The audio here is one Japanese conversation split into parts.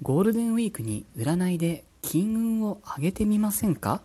ゴールデンウィークに占いで金運を上げてみませんか？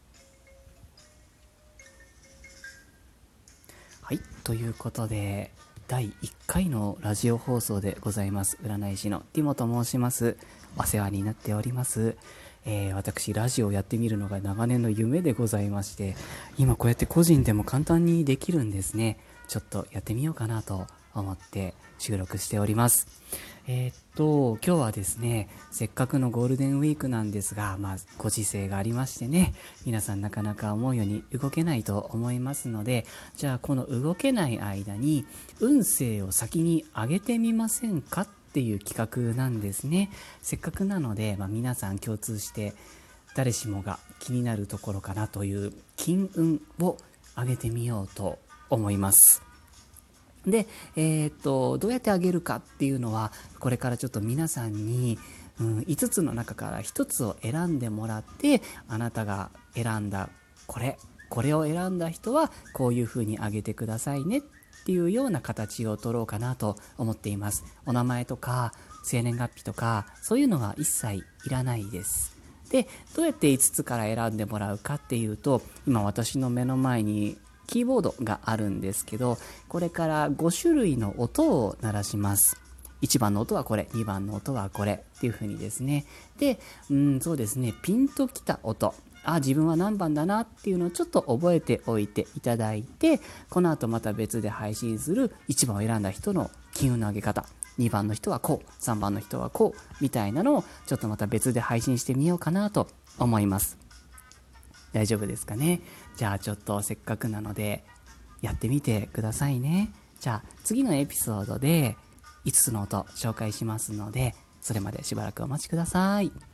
はい、ということで第1回のラジオ放送でございます。占い師のティモと申します。お世話になっております。私ラジオをやってみるのが長年の夢でございまして、今こうやって個人でも簡単にできるんですね。ちょっとやってみようかなと思って収録しております。今日はですね、せっかくのゴールデンウィークなんですが、ご時世がありましてね、皆さんなかなか思うように動けないと思いますので、じゃあこの動けない間に運勢を先に上げてみませんかっていう企画なんですね。せっかくなので、皆さん共通して誰しもが気になるところかなという金運を上げてみようと思います。で、どうやってあげるかっていうのは、これからちょっと皆さんに、5つの中から1つを選んでもらって、あなたが選んだこれを選んだ人はこういう風にあげてくださいねっていうような形を取ろうかなと思っています。お名前とか生年月日とかそういうのは一切いらないです。で、どうやって5つから選んでもらうかっていうと、今私の目の前にキーボードがあるんですけど、これから5種類の音を鳴らします。1番の音はこれ、2番の音はこれっていう風にですね。で、そうですね、ピンときた音、自分は何番だなっていうのをちょっと覚えておいていただいて、この後また別で配信する1番を選んだ人の金運の上げ方、2番の人はこう、3番の人はこうみたいなのをちょっとまた別で配信してみようかなと思います。大丈夫ですかね。じゃあちょっとせっかくなのでやってみてくださいね。じゃあ次のエピソードで5つの音紹介しますので、それまでしばらくお待ちください。